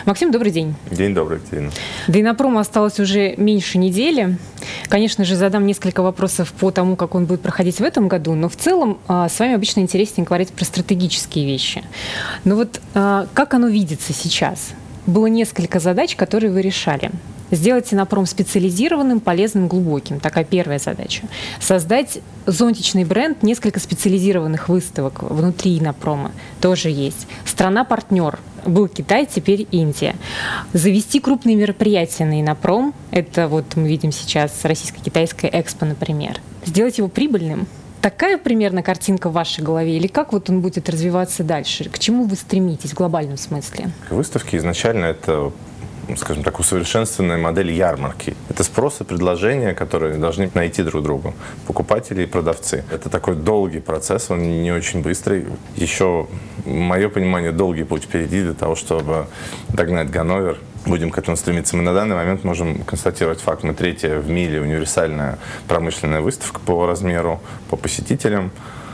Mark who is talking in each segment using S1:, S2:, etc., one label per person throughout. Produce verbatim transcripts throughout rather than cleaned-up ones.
S1: Максим, добрый день.
S2: День добрый, Екатерина.
S1: До Иннопрома осталось уже меньше недели. Конечно же, задам несколько вопросов по тому, как он будет проходить в этом году, но в целом с вами обычно интереснее говорить про стратегические вещи. Но вот как оно видится сейчас? Было несколько задач, которые вы решали. Сделать Иннопром специализированным, полезным, глубоким. Такая первая задача. Создать зонтичный бренд, несколько специализированных выставок внутри Иннопрома тоже есть. Страна-партнер. Был Китай, теперь Индия. Завести крупные мероприятия на Иннопром. Это вот мы видим сейчас российско-китайское экспо, например. Сделать его прибыльным. Такая примерно картинка в вашей голове? Или как вот он будет развиваться дальше? К чему вы стремитесь в глобальном смысле?
S2: Выставки изначально это, скажем так, усовершенствованная модель ярмарки. Это спрос и предложения, которые должны найти друг друга. Покупатели и продавцы. Это такой долгий процесс, он не очень быстрый. Еще, мое понимание, долгий путь впереди для того, чтобы догнать Ганновер. Будем к этому стремиться. Мы на данный момент можем констатировать факт. Мы третья в мире универсальная промышленная выставка по размеру, по посетителям,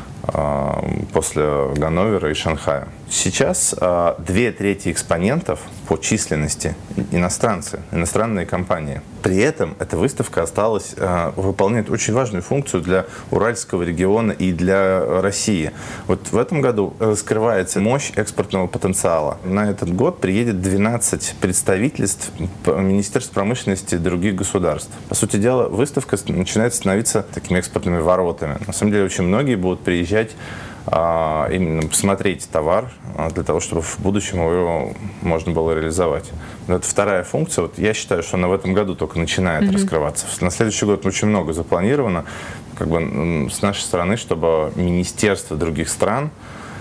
S2: после Ганновера и Шанхая. Сейчас а, две трети экспонентов по численности иностранцы, иностранные компании. При этом эта выставка осталась, а, выполняет очень важную функцию для Уральского региона и для России. Вот в этом году раскрывается мощь экспортного потенциала. На этот год приедет двенадцать представительств Министерств промышленности других государств. По сути дела, выставка начинает становиться такими экспортными воротами. На самом деле, очень многие будут приезжать а, именно посмотреть товар, а, для того, чтобы в будущем его можно было реализовать. Но это вторая функция. Вот я считаю, что она в этом году только начинает mm-hmm. раскрываться. На следующий год очень много запланировано как бы, с нашей стороны, чтобы министерства других стран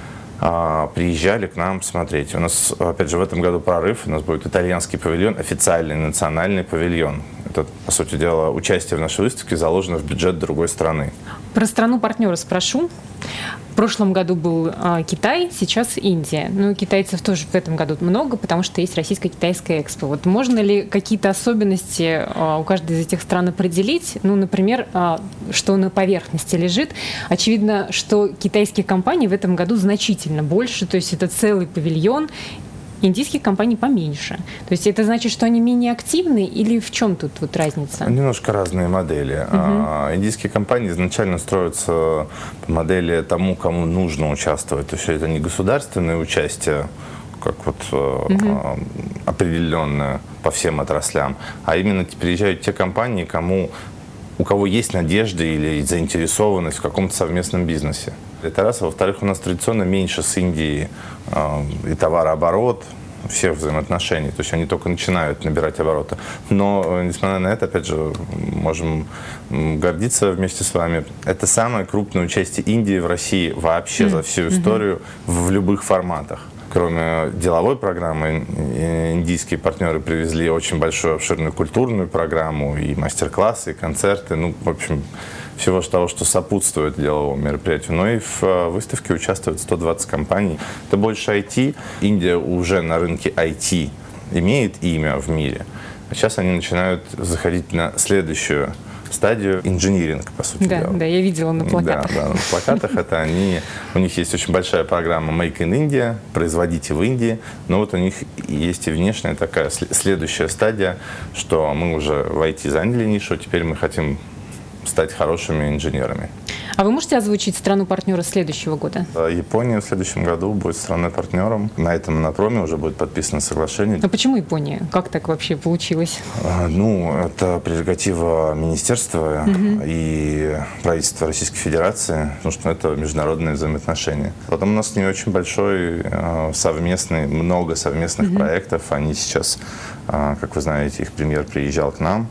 S2: а, приезжали к нам смотреть. У нас, опять же, в этом году прорыв. У нас будет итальянский павильон, официальный национальный павильон. Это, по сути дела, участие в нашей выставке заложено в бюджет другой страны.
S1: Про страну-партнера спрошу. В прошлом году был а, Китай, сейчас Индия. Ну, китайцев тоже в этом году много, потому что есть российско-китайская экспо. Вот можно ли какие-то особенности а, у каждой из этих стран определить? Ну, например, а, что на поверхности лежит. Очевидно, что китайских компаний в этом году значительно больше, то есть это целый павильон. Индийских компаний поменьше. То есть это значит, что они менее активны или в чем тут вот разница?
S2: Немножко разные модели. Uh-huh. А, индийские компании изначально строятся по модели тому, кому нужно участвовать. То есть это не государственное участие, как вот uh-huh. определенное по всем отраслям, а именно приезжают те компании, кому, у кого есть надежды или заинтересованность в каком-то совместном бизнесе. Это раз. А во-вторых, у нас традиционно меньше с Индией э, и товарооборот, всех взаимоотношений. То есть они только начинают набирать обороты. Но, несмотря на это, опять же, можем гордиться вместе с вами. Это самое крупное участие Индии в России вообще mm-hmm. за всю историю mm-hmm. в любых форматах. Кроме деловой программы, индийские партнеры привезли очень большую обширную культурную программу, и мастер-классы, и концерты, ну, в общем, всего того, что сопутствует деловому мероприятию. Но и в выставке участвуют сто двадцать компаний. Это больше ай ти. Индия уже на рынке ай ти имеет имя в мире. А сейчас они начинают заходить на следующую стадию инжиниринг, по сути
S1: да,
S2: дела.
S1: Да, я видела на плакатах.
S2: Да, да, на плакатах это они, у них есть очень большая программа Make in India, производите в Индии, но вот у них есть и внешняя такая следующая стадия, что мы уже в ай ти заняли нишу, теперь мы хотим стать хорошими инженерами.
S1: А вы можете озвучить страну-партнера следующего года?
S2: Япония в следующем году будет страной-партнером. На этом Иннопроме уже будет подписано соглашение.
S1: А почему Япония? Как так вообще получилось?
S2: Ну, это прерогатива министерства угу. и правительства Российской Федерации, потому что это международные взаимоотношения. Потом у нас с ними очень большой совместный, много совместных угу. проектов. Они сейчас, как вы знаете, их премьер приезжал к нам,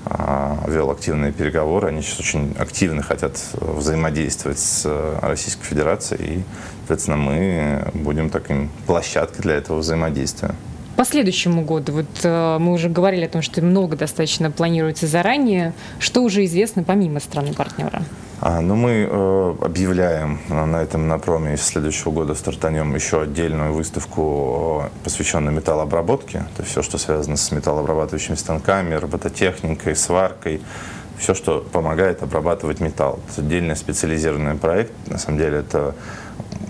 S2: вел активные переговоры. Они сейчас очень активно хотят взаимодействовать с Российской Федерацией. И, соответственно, мы будем таким площадкой для этого взаимодействия.
S1: По следующему году, вот э, мы уже говорили о том, что много достаточно планируется заранее. Что уже известно помимо страны-партнера?
S2: А, ну, мы э, объявляем на этом Иннопроме с следующего года стартанем еще отдельную выставку, посвященную металлообработке. Это все, что связано с металлообрабатывающими станками, робототехникой, сваркой. Все, что помогает обрабатывать металл. Это отдельный специализированный проект. На самом деле это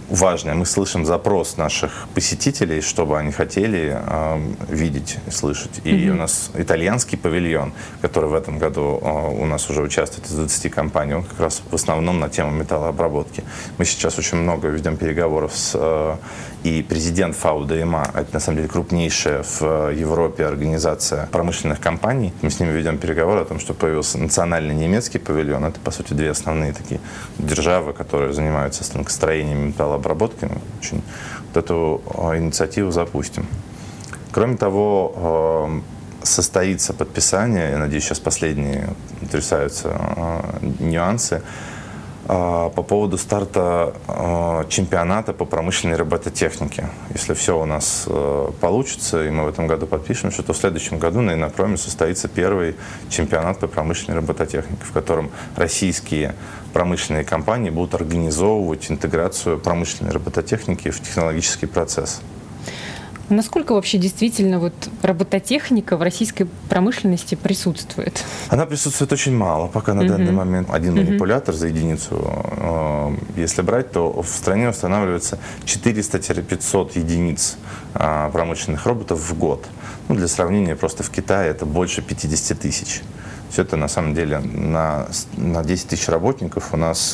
S2: важное. Мы слышим запрос наших посетителей, чтобы они хотели э, видеть и слышать. И mm-hmm. у нас итальянский павильон, который в этом году э, у нас уже участвует из двадцати компаний, он как раз в основном на тему металлообработки. Мы сейчас очень много ведем переговоров с э, и президент ФАУ ДМА, это на самом деле крупнейшая в Европе организация промышленных компаний. Мы с ними ведем переговоры о том, что появился национальный немецкий павильон. Это, по сути, две основные такие державы, которые занимаются станкостроением и металлообработкой. Очень вот эту инициативу запустим. Кроме того, состоится подписание, я надеюсь, сейчас последние утрясаются нюансы, по поводу старта чемпионата по промышленной робототехнике. Если все у нас получится, и мы в этом году подпишем, что то в следующем году на Иннопроме состоится первый чемпионат по промышленной робототехнике, в котором российские промышленные компании будут организовывать интеграцию промышленной робототехники в технологический процесс.
S1: Насколько вообще действительно вот робототехника в российской промышленности присутствует?
S2: Она присутствует очень мало, пока на uh-huh. данный момент. Один uh-huh. манипулятор за единицу, если брать, то в стране устанавливается четыреста-пятьсот единиц промышленных роботов в год. Ну, для сравнения, просто в Китае это больше пятьдесят тысяч. Все это на самом деле на, на десять тысяч работников у нас,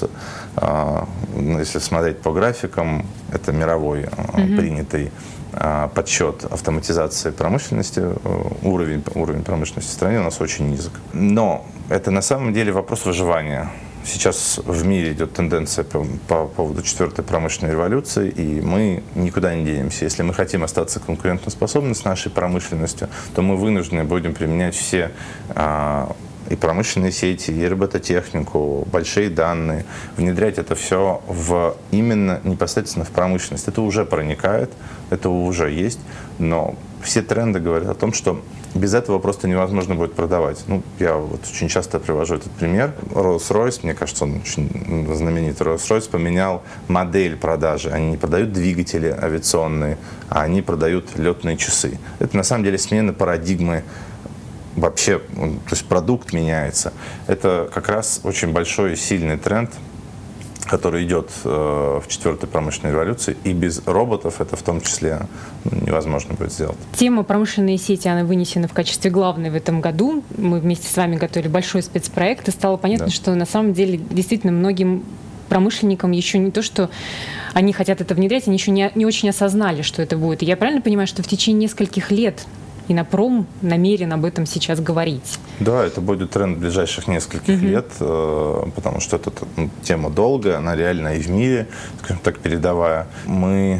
S2: если смотреть по графикам, это мировой uh-huh. принятый подсчет автоматизации промышленности, уровень, уровень промышленности в стране у нас очень низок. Но это на самом деле вопрос выживания. Сейчас в мире идет тенденция по, по поводу четвертой промышленной революции, и мы никуда не денемся. Если мы хотим остаться конкурентоспособны с нашей промышленностью, то мы вынуждены будем применять все а, и промышленные сети, и робототехнику, большие данные, внедрять это все в, именно непосредственно в промышленность. Это уже проникает, это уже есть, но все тренды говорят о том, что без этого просто невозможно будет продавать. Ну, я вот очень часто привожу этот пример. Rolls-Royce, мне кажется, он очень знаменитый. Rolls-Royce поменял модель продажи. Они не продают двигатели авиационные, а они продают летные часы. Это на самом деле смена парадигмы. Вообще, то есть продукт меняется. Это как раз очень большой и сильный тренд, который идет э, в четвертой промышленной революции, и без роботов это в том числе невозможно будет сделать.
S1: Тема промышленные сети, она вынесена в качестве главной в этом году. Мы вместе с вами готовили большой спецпроект, и стало понятно, да. что на самом деле действительно многим промышленникам еще не то, что они хотят это внедрять, они еще не, не очень осознали, что это будет. И я правильно понимаю, что в течение нескольких лет Иннопром намерен об этом сейчас говорить? Да,
S2: это будет тренд ближайших нескольких uh-huh. лет, потому что эта тема долгая, она реально и в мире, скажем так, передовая. Мы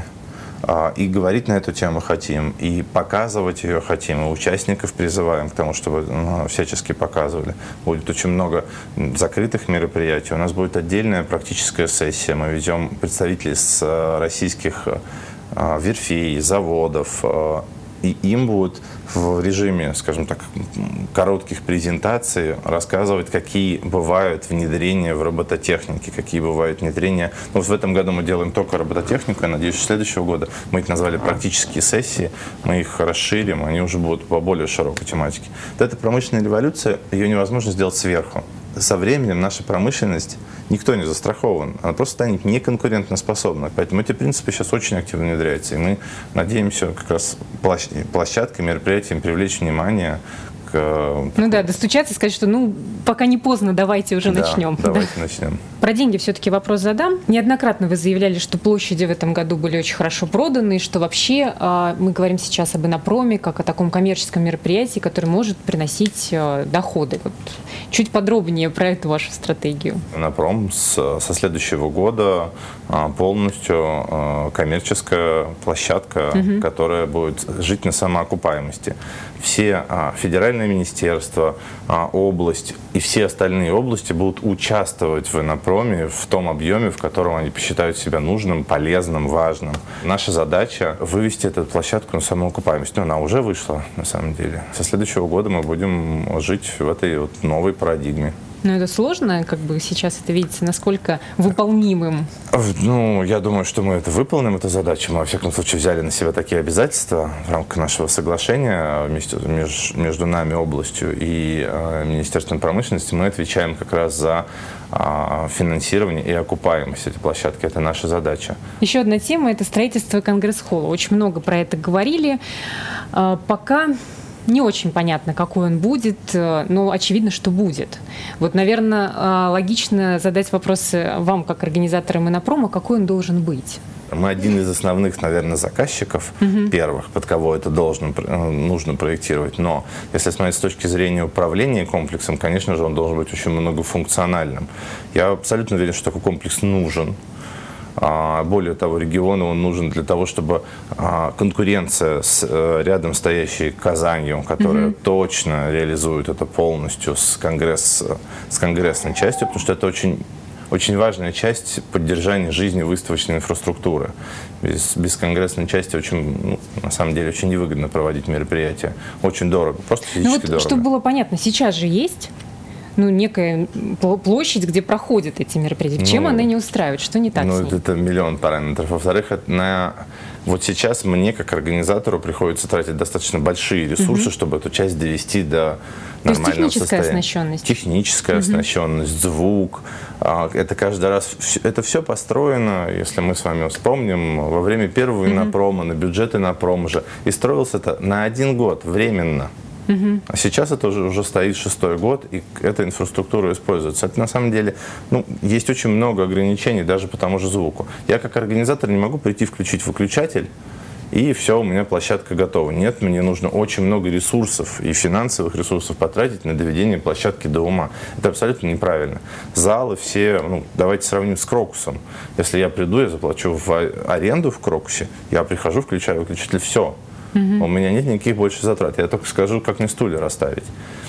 S2: и говорить на эту тему хотим, и показывать ее хотим, и участников призываем к тому, чтобы ну, всячески показывали. Будет очень много закрытых мероприятий. У нас будет отдельная практическая сессия. Мы ведем представителей с российских верфей, заводов, и им будут в режиме, скажем так, коротких презентаций рассказывать, какие бывают внедрения в робототехнике, какие бывают внедрения. Ну, вот в этом году мы делаем только робототехнику, я надеюсь, с следующего года мы их назвали практические сессии, мы их расширим, они уже будут по более широкой тематике. Вот эта промышленная революция, ее невозможно сделать сверху. Со временем наша промышленность, никто не застрахован, она просто станет неконкурентоспособной. Поэтому эти принципы сейчас очень активно внедряются. И мы надеемся как раз площадкой, мероприятием привлечь внимание к...
S1: Ну да, достучаться и сказать, что ну пока не поздно, давайте уже
S2: да,
S1: начнем.
S2: давайте
S1: да.
S2: начнем.
S1: Про деньги все-таки вопрос задам. Неоднократно вы заявляли, что площади в этом году были очень хорошо проданы, что вообще мы говорим сейчас об Иннопроме как о таком коммерческом мероприятии, которое может приносить доходы. Вот. Чуть подробнее про эту вашу стратегию.
S2: Иннопром с, со следующего года полностью коммерческая площадка, угу. которая будет жить на самоокупаемости. Все федеральные министерства, область и все остальные области будут участвовать в Иннопроме в том объеме, в котором они посчитают себя нужным, полезным, важным. Наша задача вывести эту площадку на самоокупаемость. Но она уже вышла, на самом деле. Со следующего года мы будем жить в этой вот новой парадигме.
S1: Но это сложно, как бы сейчас это видите, насколько выполнимым?
S2: Ну, я думаю, что мы это выполним, эту задачу. Мы, во всяком случае, взяли на себя такие обязательства в рамках нашего соглашения вместе, меж, между нами, областью и э, Министерством промышленности. Мы отвечаем как раз за э, финансирование и окупаемость этой площадки. Это наша задача.
S1: Еще одна тема – это строительство Конгресс-холла. Очень много про это говорили. Э, пока... Не очень понятно, какой он будет, но очевидно, что будет. Вот, наверное, логично задать вопросы вам, как организаторам Иннопрома, какой он должен быть.
S2: Мы один из основных, наверное, заказчиков, угу. первых, под кого это должно, нужно проектировать. Но если смотреть с точки зрения управления комплексом, конечно же, он должен быть очень многофункциональным. Я абсолютно уверен, что такой комплекс нужен. Более того, региону он нужен для того, чтобы конкуренция с рядом стоящей Казанью, которая mm-hmm. точно реализует это полностью с, конгресс, с конгрессной частью, потому что это очень, очень важная часть поддержания жизни выставочной инфраструктуры. Без, без конгрессной части очень, ну, на самом деле очень невыгодно проводить мероприятия. Очень дорого, просто физически
S1: ну вот,
S2: дорого.
S1: Чтобы было понятно, сейчас же есть... ну, некая площадь, где проходят эти мероприятия. Чем ну, она не устраивает? Что не так
S2: ну,
S1: с ней?
S2: Это миллион параметров. Во-вторых, это на... вот сейчас мне, как организатору, приходится тратить достаточно большие ресурсы, угу. чтобы эту часть довести до нормального состояния.
S1: Техническая оснащенность.
S2: Техническая угу. оснащенность, звук. Это каждый раз... Это все построено, если мы с вами вспомним, во время первого угу. Иннопрома, на бюджет Иннопрома же. И строилось это на один год, временно. Uh-huh. А сейчас это уже, уже стоит шестой год, и эта инфраструктура используется. Это на самом деле, ну, есть очень много ограничений даже по тому же звуку. Я как организатор не могу прийти, включить выключатель, и все, у меня площадка готова. Нет, мне нужно очень много ресурсов и финансовых ресурсов потратить на доведение площадки до ума. Это абсолютно неправильно. Залы все, ну, давайте сравним с Крокусом. Если я приду, я заплачу в аренду в Крокусе, я прихожу, включаю выключатель, все. Uh-huh. У меня нет никаких больше затрат. Я только скажу, как мне стулья расставить.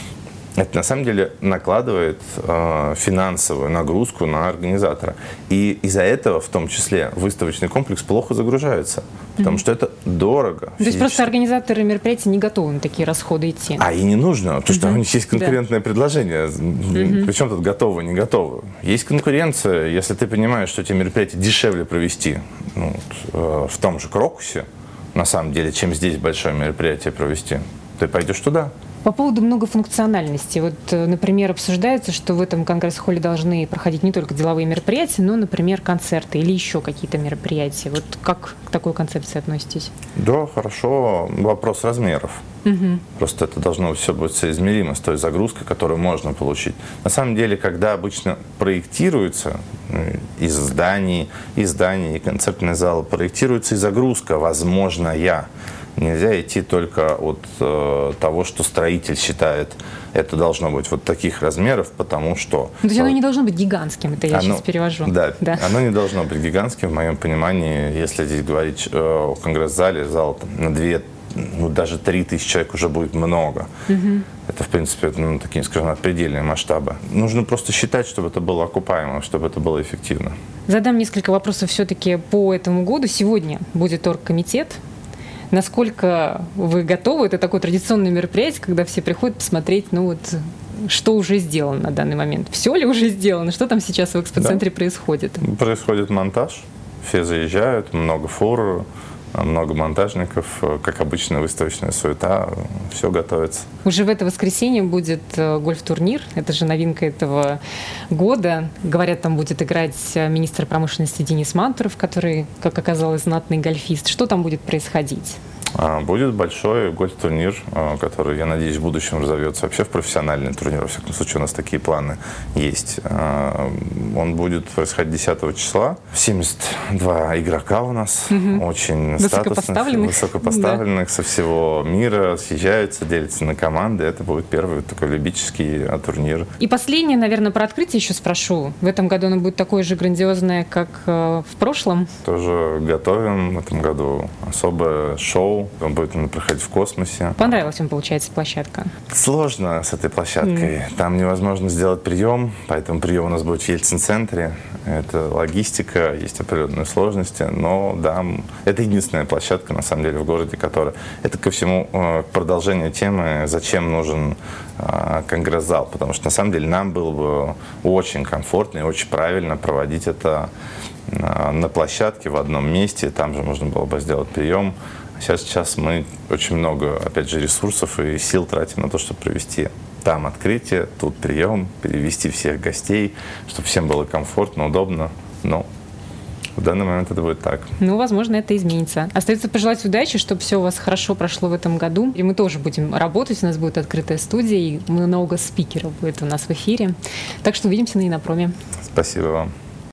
S2: Это на самом деле накладывает э, финансовую нагрузку на организатора. И из-за этого, в том числе, выставочный комплекс плохо загружается. Потому uh-huh. что это дорого.
S1: То есть просто организаторы мероприятий не готовы на такие расходы идти?
S2: А и не нужно, потому что uh-huh. у них есть конкурентное да. предложение. Uh-huh. Причем тут готово, не готово. Есть конкуренция. Если ты понимаешь, что эти мероприятия дешевле провести ну, э, в том же Крокусе, на самом деле, чем здесь большое мероприятие провести, ты пойдешь туда.
S1: По поводу многофункциональности. Вот, например, обсуждается, что в этом конгресс-холле должны проходить не только деловые мероприятия, но, например, концерты или еще какие-то мероприятия. Вот как к такой концепции относитесь?
S2: Да, хорошо. Вопрос размеров. Угу. Просто это должно все быть соизмеримо с той загрузкой, которую можно получить. На самом деле, когда обычно проектируется из зданий, и здания, и концертный зал, проектируется и загрузка возможная. Нельзя идти только от э, того, что строитель считает, это должно быть вот таких размеров, потому что...
S1: То есть оно не должно быть гигантским, это я
S2: оно,
S1: сейчас перевожу.
S2: Да, да, оно не должно быть гигантским, в моем понимании, если здесь говорить э, о конгресс-зале, зал там, на две, ну даже три тысячи человек уже будет много. Угу. Это, в принципе, ну, такие, скажем, предельные масштабы. Нужно просто считать, чтобы это было окупаемо, чтобы это было эффективно.
S1: Задам несколько вопросов все-таки по этому году. Сегодня будет оргкомитет. Насколько вы готовы? Это такое традиционное мероприятие, когда все приходят посмотреть, ну вот, что уже сделано на данный момент. Все ли уже сделано? Что там сейчас в экспоцентре да. происходит?
S2: Происходит монтаж. Все заезжают, много фур, много монтажников. Как обычно, выставочная суета. Все готовится. Уже
S1: в это воскресенье будет гольф-турнир. Это же новинка этого года. Говорят, там будет играть министр промышленности Денис Мантуров, который, как оказалось, знатный гольфист. Что там будет происходить?
S2: Будет большой гольф-турнир, который, я надеюсь, в будущем разовьется вообще в профессиональный турнир. Во всяком случае, у нас такие планы есть. Он будет происходить десятого числа. семьдесят два игрока у нас, угу. очень
S1: высокопоставленных,
S2: высокопоставленных да. со всего мира, съезжаются, делятся на команды. Это будет первый такой любительский турнир.
S1: И последнее, наверное, про открытие еще спрошу. В этом году оно будет такое же грандиозное, как в прошлом?
S2: Тоже готовим в этом году особое шоу Пол, он будет проходить в космосе.
S1: Понравилась вам, получается, площадка?
S2: Сложно с этой площадкой. Mm. Там невозможно сделать прием, поэтому прием у нас будет в Ельцин-центре. Это логистика, есть определенные сложности, но да, это единственная площадка, на самом деле, в городе, которая... Это ко всему к продолжению темы, зачем нужен конгресс-зал, потому что, на самом деле, нам было бы очень комфортно и очень правильно проводить это на площадке в одном месте, там же можно было бы сделать прием. Сейчас, сейчас мы очень много, опять же, ресурсов и сил тратим на то, чтобы провести там открытие, тут прием, перевести всех гостей, чтобы всем было комфортно, удобно. Но в данный момент это будет так.
S1: Ну, возможно, это изменится. Остается пожелать удачи, чтобы все у вас хорошо прошло в этом году. И мы тоже будем работать, у нас будет открытая студия, и много спикеров будет у нас в эфире. Так что увидимся на Иннопроме.
S2: Спасибо вам.